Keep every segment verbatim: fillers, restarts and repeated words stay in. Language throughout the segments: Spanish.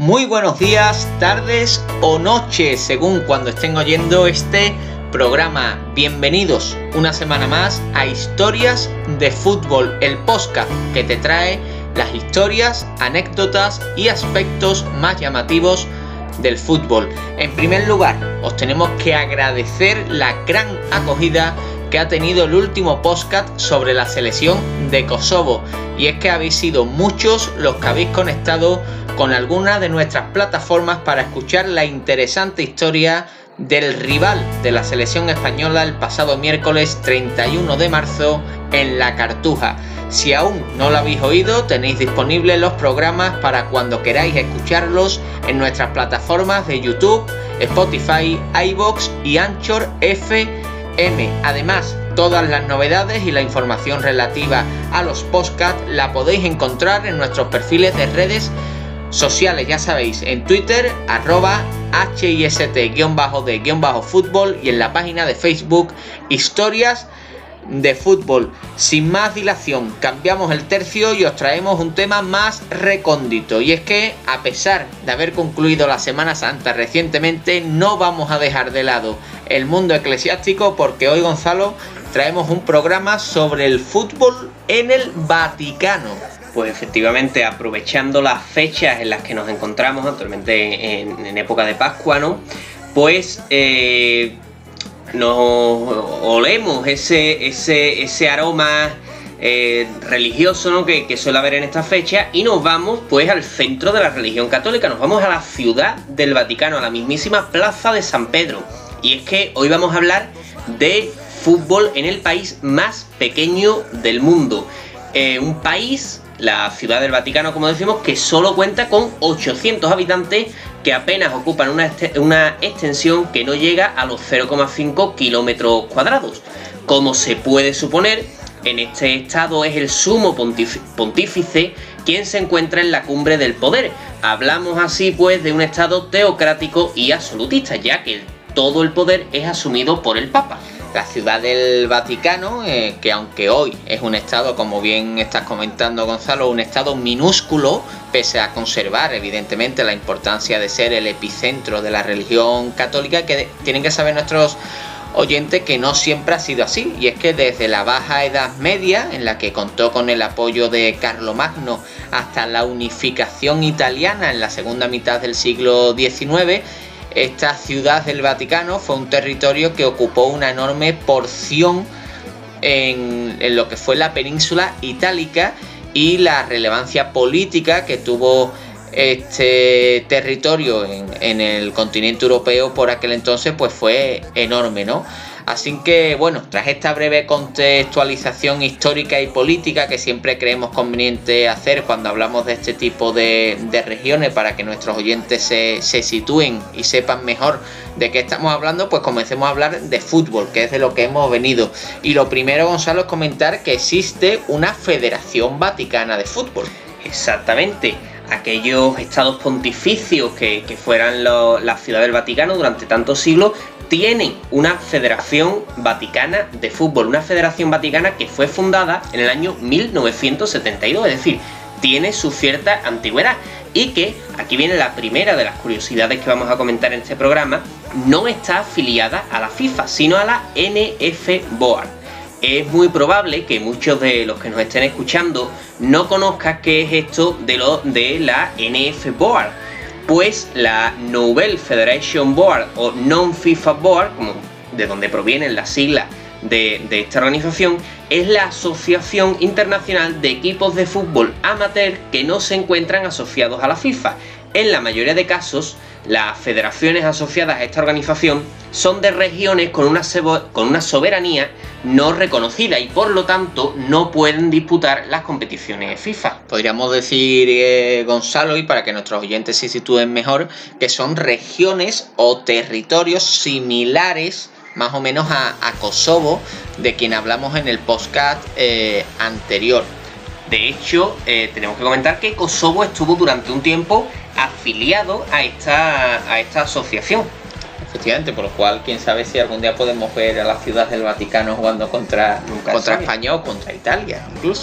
Muy buenos días, tardes o noches, según cuando estén oyendo este programa. Bienvenidos una semana más a Historias de Fútbol, el podcast que te trae las historias, anécdotas y aspectos más llamativos del fútbol. En primer lugar, os tenemos que agradecer la gran acogida que ha tenido el último podcast sobre la selección de Kosovo, y es que habéis sido muchos los que habéis conectado con alguna de nuestras plataformas para escuchar la interesante historia del rival de la selección española el pasado miércoles treinta y uno de marzo en La Cartuja. Si aún no lo habéis oído, tenéis disponibles los programas para cuando queráis escucharlos en nuestras plataformas de YouTube, Spotify, iVoox y Anchor F M. Además, todas las novedades y la información relativa a los podcasts la podéis encontrar en nuestros perfiles de redes sociales, ya sabéis, en Twitter, arroba hist-de-fútbol y en la página de Facebook, Historias de Fútbol. Sin más dilación, cambiamos el tercio y os traemos un tema más recóndito, y es que a pesar de haber concluido la Semana Santa recientemente, no vamos a dejar de lado el mundo eclesiástico, porque hoy, Gonzalo, traemos un programa sobre el fútbol en el Vaticano. Pues efectivamente, aprovechando las fechas en las que nos encontramos actualmente en, en época de Pascua, ¿no? Pues eh, nos olemos ese, ese, ese aroma eh, religioso, ¿no? que, que suele haber en esta fecha, y nos vamos pues al centro de la religión católica, nos vamos a la ciudad del Vaticano, a la mismísima Plaza de San Pedro. Y es que hoy vamos a hablar de fútbol en el país más pequeño del mundo, eh, un país, la ciudad del Vaticano, como decimos, que solo cuenta con ochocientos habitantes, que apenas ocupan una, este, una extensión que no llega a los cero coma cinco kilómetros cuadrados. Como se puede suponer, en este estado es el sumo pontífice quien se encuentra en la cumbre del poder. Hablamos así pues de un estado teocrático y absolutista, ya que todo el poder es asumido por el Papa. La ciudad del Vaticano, eh, que aunque hoy es un estado, como bien estás comentando, Gonzalo, un estado minúsculo, pese a conservar evidentemente la importancia de ser el epicentro de la religión católica, que tienen que saber nuestros oyentes que no siempre ha sido así, y es que desde la Baja Edad Media, en la que contó con el apoyo de Carlomagno, hasta la unificación italiana en la segunda mitad del siglo diecinueve, esta ciudad del Vaticano fue un territorio que ocupó una enorme porción en, en lo que fue la península itálica, y la relevancia política que tuvo este territorio en, en el continente europeo por aquel entonces pues fue enorme, ¿no? Así que bueno, tras esta breve contextualización histórica y política que siempre creemos conveniente hacer cuando hablamos de este tipo de, de regiones, para que nuestros oyentes se, se sitúen y sepan mejor de qué estamos hablando, pues comencemos a hablar de fútbol, que es de lo que hemos venido. Y lo primero, Gonzalo, es comentar que existe una Federación Vaticana de Fútbol. Exactamente. Aquellos estados pontificios que, que fueran lo, la ciudad del Vaticano durante tantos siglos tienen una Federación Vaticana de Fútbol, una Federación Vaticana que fue fundada en el año mil novecientos setenta y dos, es decir, tiene su cierta antigüedad, y que, aquí viene la primera de las curiosidades que vamos a comentar en este programa, no está afiliada a la FIFA, sino a la N F Board. Es muy probable que muchos de los que nos estén escuchando no conozcan qué es esto de, lo, de la N F Board. Pues la Nouvelle Federation Board o Non-FIFA Board, como de donde provienen las siglas de, de esta organización, es la Asociación Internacional de Equipos de Fútbol Amateur que no se encuentran asociados a la FIFA. En la mayoría de casos, las federaciones asociadas a esta organización son de regiones con una, con una soberanía no reconocida, y por lo tanto no pueden disputar las competiciones FIFA. Podríamos decir, eh, Gonzalo, y para que nuestros oyentes se sitúen mejor, que son regiones o territorios similares más o menos a, a Kosovo, de quien hablamos en el podcast eh, anterior. De hecho, eh, tenemos que comentar que Kosovo estuvo durante un tiempo afiliado a esta, a esta asociación. Efectivamente, por lo cual, quién sabe si algún día podemos ver a la ciudad del Vaticano jugando contra, contra España o contra Italia, incluso.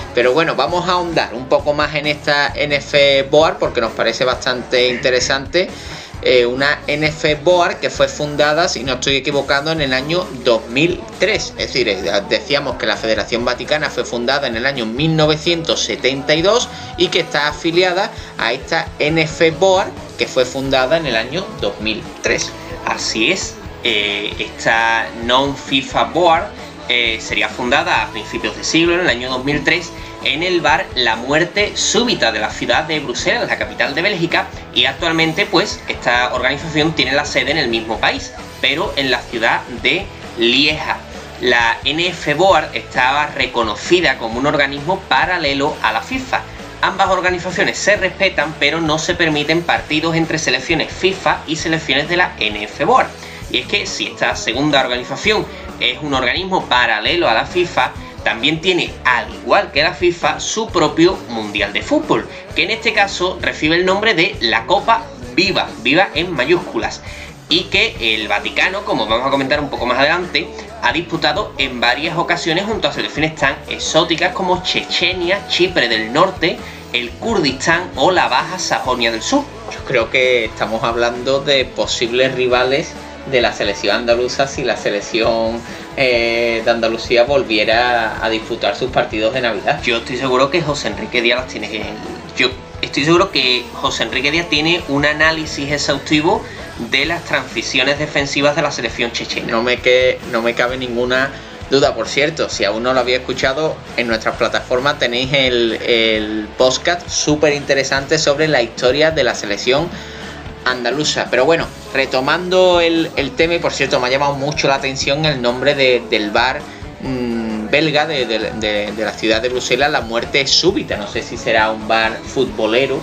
Pero bueno, vamos a ahondar un poco más en esta N F Board porque nos parece bastante interesante. Eh, una N F Board que fue fundada, si no estoy equivocado, en el año dos mil tres. Es decir, decíamos que la Federación Vaticana fue fundada en el año mil novecientos setenta y dos y que está afiliada a esta N F Board que fue fundada en el año dos mil tres. Así es, eh, esta Non-FIFA Board eh, sería fundada a principios de siglo, en el año dos mil tres, en el bar La Muerte Súbita de la ciudad de Bruselas, la capital de Bélgica, y actualmente pues esta organización tiene la sede en el mismo país, pero en la ciudad de Lieja. La N F Board estaba reconocida como un organismo paralelo a la FIFA. Ambas organizaciones se respetan, pero no se permiten partidos entre selecciones FIFA y selecciones de la N F Board. Y es que si esta segunda organización es un organismo paralelo a la FIFA, también tiene, al igual que la FIFA, su propio Mundial de Fútbol, que en este caso recibe el nombre de la Copa Viva, Viva en mayúsculas, y que el Vaticano, como vamos a comentar un poco más adelante, ha disputado en varias ocasiones junto a selecciones tan exóticas como Chechenia, Chipre del Norte, el Kurdistán o la Baja Sajonia del Sur. Yo creo que estamos hablando de posibles rivales de la selección andaluza si la selección eh, de Andalucía volviera a disputar sus partidos de Navidad. Yo estoy seguro que José Enrique Díaz las tiene que... Yo estoy seguro que José Enrique Díaz tiene un análisis exhaustivo de las transiciones defensivas de la selección chechena. No me, que, no me cabe ninguna duda. Por cierto, si aún no lo había escuchado, en nuestras plataformas tenéis el, el podcast súper interesante sobre la historia de la selección andaluza. Pero bueno, retomando el, el tema, y por cierto me ha llamado mucho la atención el nombre de, del bar mmm, belga de, de, de, de la ciudad de Bruselas, La Muerte Súbita. No sé si será un bar futbolero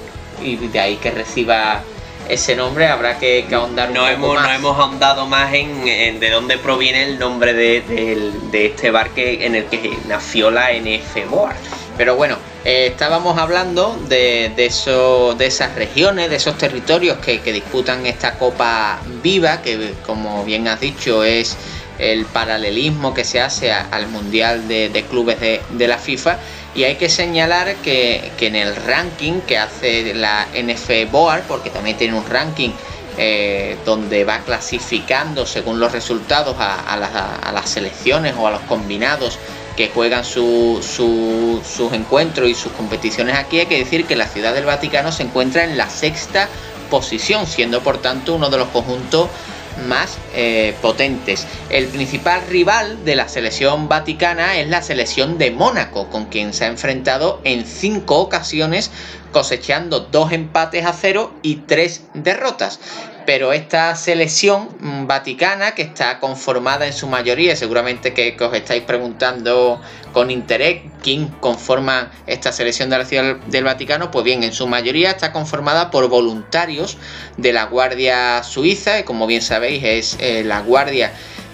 y de ahí que reciba ese nombre. Habrá que, que ahondar un no poco hemos, más. No hemos ahondado más en, en de dónde proviene el nombre de, de, de este bar que, en el que nació la N F Board. Pero bueno, eh, estábamos hablando de, de, eso, de esas regiones, de esos territorios que, que disputan esta Copa Viva, que como bien has dicho es el paralelismo que se hace a, al Mundial de, de Clubes de, de la FIFA. Y hay que señalar que, que en el ranking que hace la N F Board, porque también tiene un ranking eh, donde va clasificando según los resultados a, a, las, a las selecciones o a los combinados que juegan su, su, sus encuentros y sus competiciones aquí, hay que decir que la Ciudad del Vaticano se encuentra en la sexta posición, siendo por tanto uno de los conjuntos más eh, potentes. El principal rival de la selección vaticana es la selección de Mónaco, con quien se ha enfrentado en cinco ocasiones, cosechando dos empates a cero y tres derrotas. Pero esta selección vaticana, que está conformada en su mayoría, seguramente que, que os estáis preguntando con interés quién conforma esta selección de la Ciudad del Vaticano, pues bien, en su mayoría está conformada por voluntarios de la Guardia Suiza, y como bien sabéis es eh, la guardia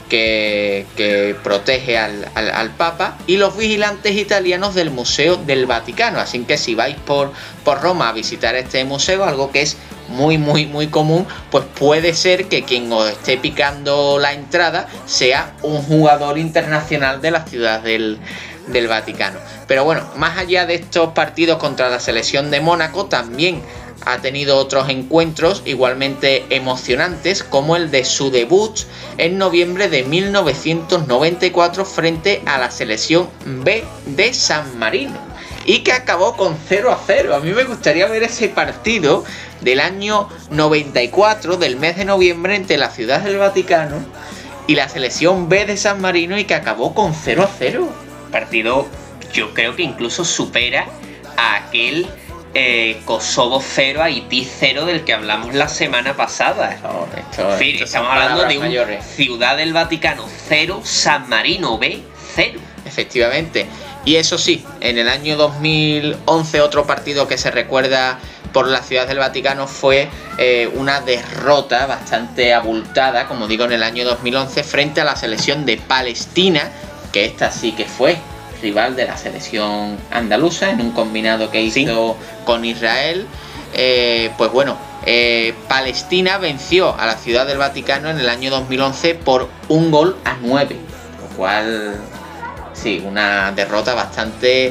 que, que protege al, al, al Papa, y los vigilantes italianos del Museo del Vaticano. Así que si vais por, por Roma a visitar este museo, algo que es muy muy muy común, pues puede ser que quien os esté picando la entrada sea un jugador internacional de la ciudad del, del Vaticano. Pero bueno, más allá de estos partidos contra la selección de Mónaco, también ha tenido otros encuentros igualmente emocionantes, como el de su debut en noviembre de mil novecientos noventa y cuatro frente a la selección B de San Marino, y que acabó con cero a cero. A mí me gustaría ver ese partido del año noventa y cuatro, del mes de noviembre, entre la Ciudad del Vaticano y la selección B de San Marino, y que acabó con cero a cero. Partido, yo creo que incluso supera a aquel eh, Kosovo cero, Haití cero del que hablamos la semana pasada. No, esto, en fin, esto estamos hablando de un mayores. Ciudad del Vaticano cero, San Marino B cero. Efectivamente. Y eso sí, en el año dos mil once otro partido que se recuerda por la Ciudad del Vaticano fue eh, una derrota bastante abultada, como digo, en el año dos mil once frente a la selección de Palestina, que esta sí que fue rival de la selección andaluza en un combinado que hizo sí. con Israel. Eh, pues bueno, eh, Palestina venció a la Ciudad del Vaticano en el año dos mil once por un gol a nueve, lo cual... sí, una derrota bastante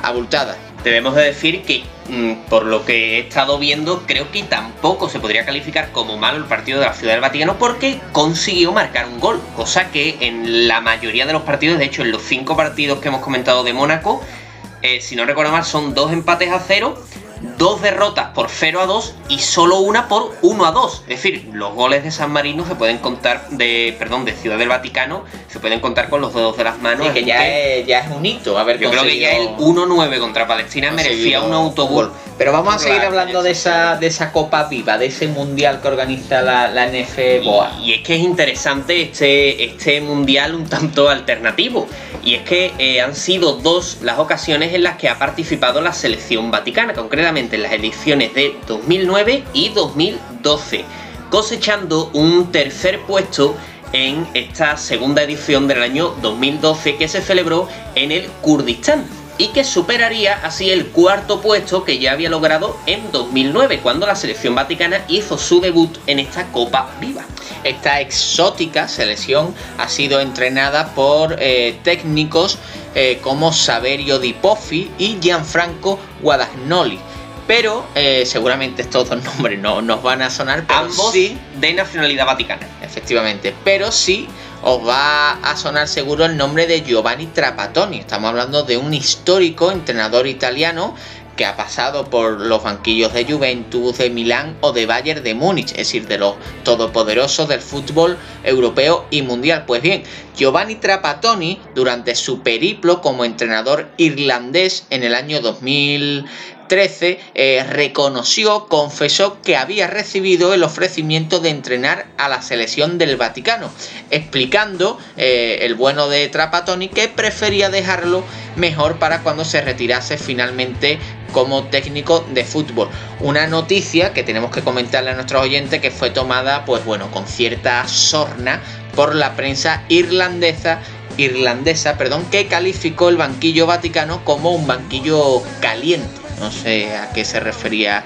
abultada. Debemos de decir que, mmm, por lo que he estado viendo, creo que tampoco se podría calificar como malo el partido de la Ciudad del Vaticano porque consiguió marcar un gol, cosa que en la mayoría de los partidos, de hecho en los cinco partidos que hemos comentado de Mónaco, eh, si no recuerdo mal, son dos empates a cero, dos derrotas por cero a dos y solo una por uno a dos. Es decir, los goles de San Marino se pueden contar, de perdón, de Ciudad del Vaticano, se pueden contar con los dedos de las manos. Sí, que ya, que es, ya es un hito haber yo creo que ya el uno nueve contra Palestina merecía un autogol. Pero vamos a seguir hablando de esa, de esa Copa Viva, de ese mundial que organiza la, la N F B O A. Y, y es que es interesante este, este mundial un tanto alternativo. Y es que eh, han sido dos las ocasiones en las que ha participado la selección vaticana, concretamente en las ediciones de dos mil nueve y dos mil doce, cosechando un tercer puesto en esta segunda edición del año dos mil doce que se celebró en el Kurdistán y que superaría así el cuarto puesto que ya había logrado en dos mil nueve, cuando la selección vaticana hizo su debut en esta Copa Viva. Esta exótica selección ha sido entrenada por eh, técnicos eh, como Saverio Di Poffi y Gianfranco Guadagnoli. Pero eh, seguramente estos dos nombres no nos van a sonar, pero ambos sí, de nacionalidad vaticana. Efectivamente, pero sí os va a sonar seguro el nombre de Giovanni Trapattoni. Estamos hablando de un histórico entrenador italiano que ha pasado por los banquillos de Juventus, de Milán o de Bayern de Múnich, es decir, de los todopoderosos del fútbol europeo y mundial. Pues bien, Giovanni Trapattoni, durante su periplo como entrenador irlandés en el año dos mil trece, eh, reconoció, confesó que había recibido el ofrecimiento de entrenar a la selección del Vaticano, explicando eh, el bueno de Trapattoni que prefería dejarlo mejor para cuando se retirase finalmente como técnico de fútbol. Una noticia que tenemos que comentarle a nuestros oyentes que fue tomada, pues bueno, con cierta sorna por la prensa irlandesa irlandesa, perdón, que calificó el banquillo vaticano como un banquillo caliente. No sé a qué se refería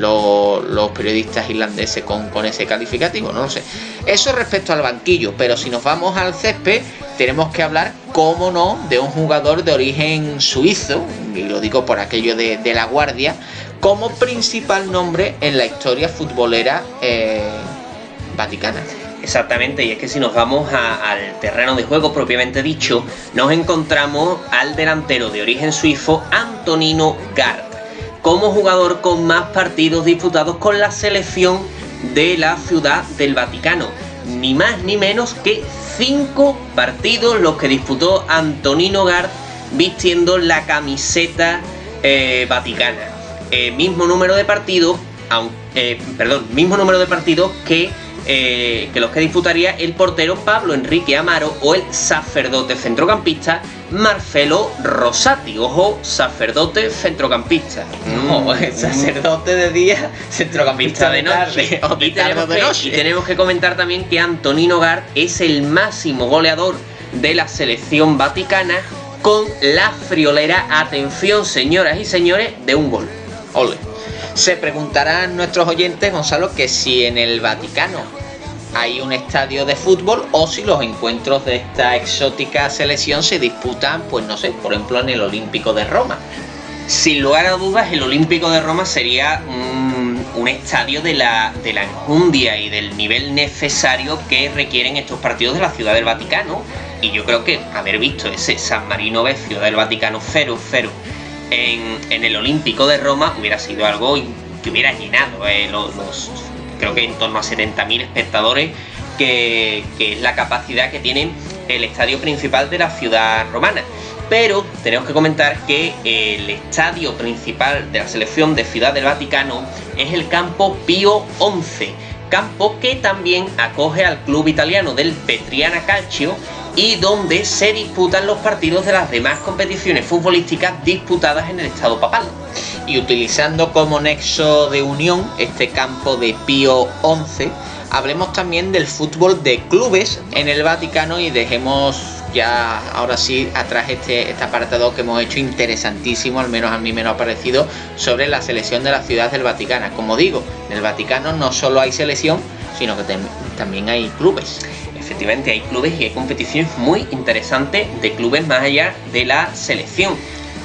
lo, los periodistas irlandeses con, con ese calificativo, no lo sé. Eso respecto al banquillo, pero si nos vamos al césped, tenemos que hablar, cómo no, de un jugador de origen suizo, y lo digo por aquello de, de La Guardia, como principal nombre en la historia futbolera eh, vaticana. Exactamente, y es que si nos vamos a, al terreno de juego propiamente dicho, nos encontramos al delantero de origen suizo Antonino Gard, como jugador con más partidos disputados con la selección de la Ciudad del Vaticano. Ni más ni menos que cinco partidos los que disputó Antonino Gard vistiendo la camiseta eh, vaticana. Eh, mismo número de partidos, aunque, eh, perdón, mismo número de partidos que Eh, que los que disputaría el portero Pablo Enrique Amaro o el sacerdote centrocampista Marcelo Rosati. Ojo, sacerdote centrocampista. No, el sacerdote de día, centrocampista de, de noche. O de y, tenemos de noche. Que, y tenemos que comentar también que Antonino Gard es el máximo goleador de la selección vaticana con la friolera, atención señoras y señores, de un gol. Ole. Se preguntarán nuestros oyentes, Gonzalo, que si en el Vaticano hay un estadio de fútbol o si los encuentros de esta exótica selección se disputan, pues no sé, por ejemplo en el Olímpico de Roma. Sin lugar a dudas, el Olímpico de Roma sería un, un estadio de la, de la enjundia y del nivel necesario que requieren estos partidos de la Ciudad del Vaticano. Y yo creo que haber visto ese San Marino B, Ciudad del Vaticano cero cero en, en el Olímpico de Roma hubiera sido algo que hubiera llenado eh, los, los, creo que en torno a setenta mil espectadores, que, que es la capacidad que tiene el estadio principal de la ciudad romana. Pero tenemos que comentar que el estadio principal de la selección de Ciudad del Vaticano es el Campo Pío once, campo que también acoge al club italiano del Petriana Calcio y donde se disputan los partidos de las demás competiciones futbolísticas disputadas en el estado papal. Y utilizando como nexo de unión este campo de Pío once, hablemos también del fútbol de clubes en el Vaticano y dejemos ya ahora sí atrás este, este apartado que hemos hecho interesantísimo, al menos a mí me lo ha parecido, sobre la selección de la Ciudad del Vaticano. Como digo, en el Vaticano no solo hay selección, sino que también hay clubes. Efectivamente, hay clubes y hay competiciones muy interesantes de clubes más allá de la selección.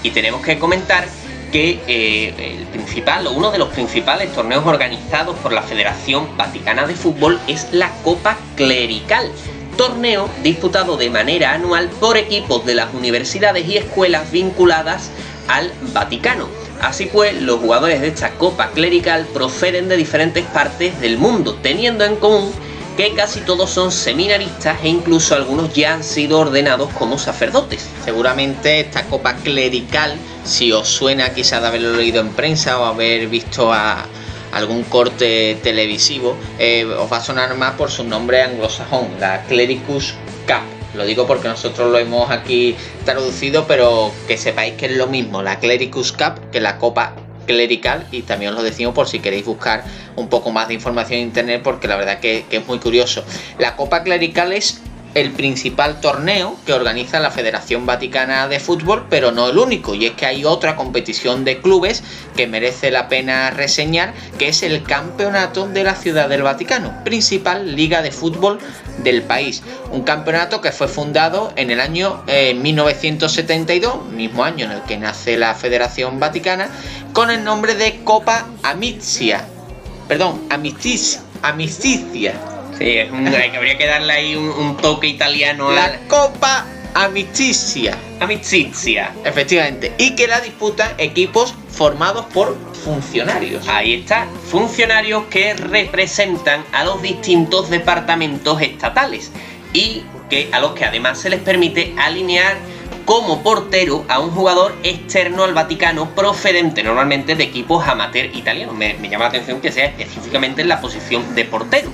Y tenemos que comentar que eh, el principal o uno de los principales torneos organizados por la Federación Vaticana de Fútbol es la Copa Clerical, torneo disputado de manera anual por equipos de las universidades y escuelas vinculadas al Vaticano. Así pues, los jugadores de esta Copa Clerical proceden de diferentes partes del mundo, teniendo en común que casi todos son seminaristas e incluso algunos ya han sido ordenados como sacerdotes. Seguramente esta Copa Clerical, si os suena quizá de haberlo leído en prensa o haber visto a algún corte televisivo, eh, os va a sonar más por su nombre anglosajón, la Clericus Cup. Lo digo porque nosotros lo hemos aquí traducido, pero que sepáis que es lo mismo la Clericus Cup que la Copa Clerical, y también os lo decimos por si queréis buscar un poco más de información en internet, porque la verdad que, que es muy curioso. La Copa Clerical es el principal torneo que organiza la Federación Vaticana de Fútbol, pero no el único, y es que hay otra competición de clubes que merece la pena reseñar, que es el Campeonato de la Ciudad del Vaticano, principal liga de fútbol del país. Un campeonato que fue fundado en el año eh, mil novecientos setenta y dos, mismo año en el que nace la Federación Vaticana, con el nombre de Copa Amicizia, perdón, Amicizia, Amicizia. Sí, es un, que habría que darle ahí un, un toque italiano a la Copa Amicizia. Amicizia. Efectivamente. Y que la disputan equipos formados por funcionarios. Ahí está. Funcionarios que representan a los distintos departamentos estatales y que a los que además se les permite alinear como portero a un jugador externo al Vaticano procedente normalmente de equipos amateur italianos. Me, me llama la atención que sea específicamente en la posición de portero.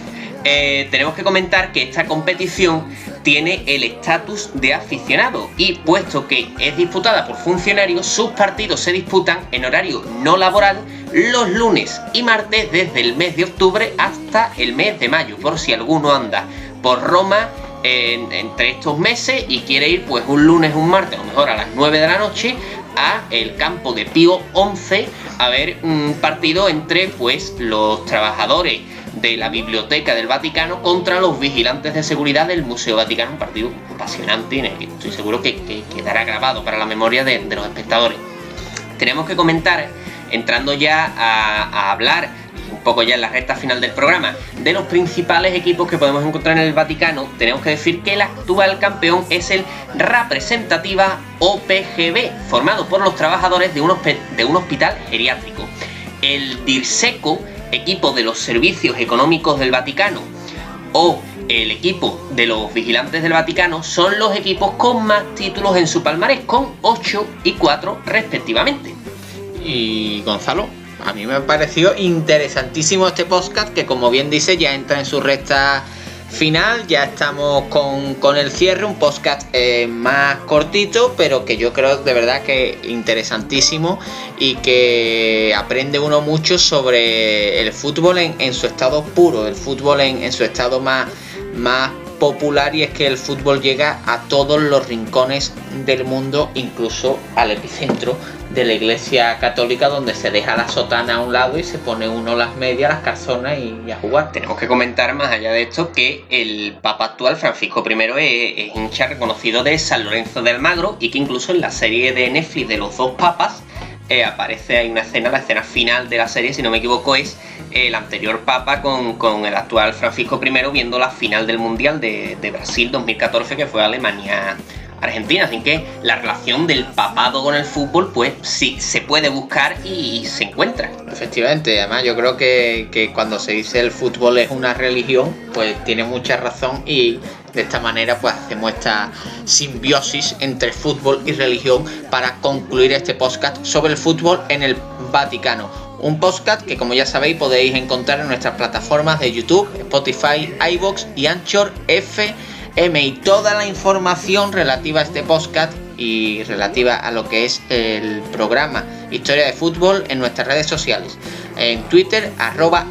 Eh, tenemos que comentar que esta competición tiene el estatus de aficionado y, puesto que es disputada por funcionarios, sus partidos se disputan en horario no laboral los lunes y martes desde el mes de octubre hasta el mes de mayo, por si alguno anda por Roma en, entre estos meses y quiere ir pues un lunes, un martes, a lo mejor a las nueve de la noche a el campo de Pío once a ver un partido entre pues los trabajadores de la Biblioteca del Vaticano contra los vigilantes de seguridad del Museo Vaticano, un partido apasionante en el que estoy seguro que, que quedará grabado para la memoria de, de los espectadores. Tenemos que comentar, entrando ya a, a hablar un poco ya en la recta final del programa, de los principales equipos que podemos encontrar en el Vaticano. Tenemos que decir que el actual campeón es el Representativa O P G B, formado por los trabajadores de un, de un hospital geriátrico. El Dirseco, equipo de los servicios económicos del Vaticano, o el equipo de los vigilantes del Vaticano, son los equipos con más títulos en su palmarés, con ocho y cuatro respectivamente. Y Gonzalo, a mí me ha parecido interesantísimo este podcast, que como bien dice ya entra en su recta final. Ya estamos con, con el cierre, un podcast eh, más cortito, pero que yo creo de verdad que interesantísimo y que aprende uno mucho sobre el fútbol en, en su estado puro, el fútbol en, en su estado más, más popular, y es que el fútbol llega a todos los rincones del mundo, incluso al epicentro de la Iglesia Católica, donde se deja la sotana a un lado y se pone uno las medias, las calzonas y, y a jugar. Tenemos que comentar más allá de esto que el Papa actual, Francisco primero, es, es hincha reconocido de San Lorenzo de Almagro, y que incluso en la serie de Netflix de los dos papas eh, aparece, hay una escena, la escena final de la serie, si no me equivoco, es el anterior papa con, con el actual Francisco primero viendo la final del Mundial de, de Brasil dos mil catorce, que fue Alemania Argentina. Así que la relación del papado con el fútbol pues sí se puede buscar y se encuentra. Efectivamente, además yo creo que, que cuando se dice el fútbol es una religión, pues tiene mucha razón, y de esta manera pues hacemos esta simbiosis entre fútbol y religión para concluir este podcast sobre el fútbol en el Vaticano. Un podcast que, como ya sabéis, podéis encontrar en nuestras plataformas de YouTube, Spotify, iVoox y Anchor F M, y toda la información relativa a este podcast y relativa a lo que es el programa Historia de Fútbol en nuestras redes sociales, en Twitter arroba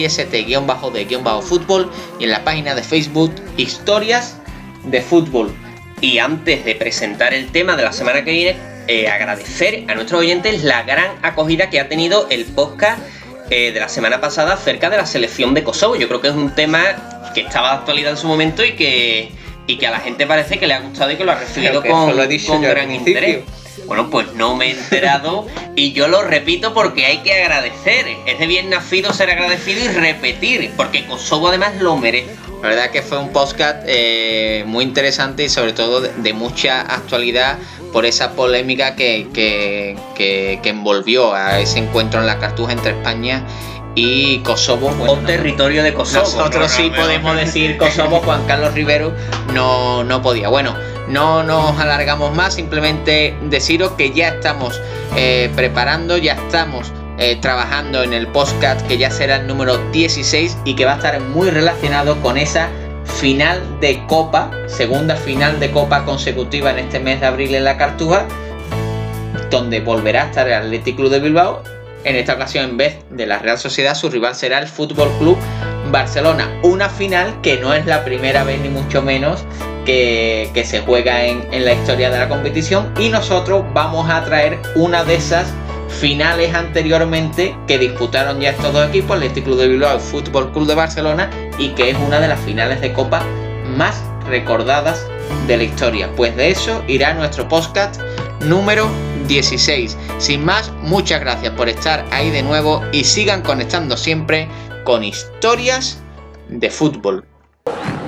hist-de-fútbol y en la página de Facebook Historias de Fútbol. Y antes de presentar el tema de la semana que viene, eh, agradecer a nuestros oyentes la gran acogida que ha tenido el podcast eh, de la semana pasada acerca de la selección de Kosovo. Yo creo que es un tema que estaba de actualidad en su momento y que, y que a la gente parece que le ha gustado y que lo ha recibido con, con gran interés. Bueno, pues no me he enterado y yo lo repito porque hay que agradecer. Es de bien nacido ser agradecido y repetir, porque Kosovo además lo merece. La verdad que fue un podcast eh, muy interesante y sobre todo de, de mucha actualidad por esa polémica que, que, que, que envolvió a ese encuentro en la Cartuja entre España y Kosovo. Bueno, o territorio de Kosovo. Nosotros sí podemos decir Kosovo, Juan Carlos Rivero no, no podía. Bueno, no nos alargamos más, simplemente deciros que ya estamos eh, preparando, ya estamos eh, trabajando en el podcast que ya será el número dieciséis y que va a estar muy relacionado con esa final de Copa, segunda final de Copa consecutiva en este mes de abril en la Cartuja, donde volverá a estar el Athletic Club de Bilbao. En esta ocasión, en vez de la Real Sociedad, su rival será el Fútbol Club Barcelona. Una final que no es la primera vez ni mucho menos que, que se juega en, en la historia de la competición, y nosotros vamos a traer una de esas finales anteriormente que disputaron ya estos dos equipos, el Athletic Club de Bilbao y el Fútbol Club de Barcelona, y que es una de las finales de Copa más recordadas de la historia. Pues de eso irá nuestro podcast número dieciséis. Sin más, muchas gracias por estar ahí de nuevo y sigan conectando siempre con historias de fútbol.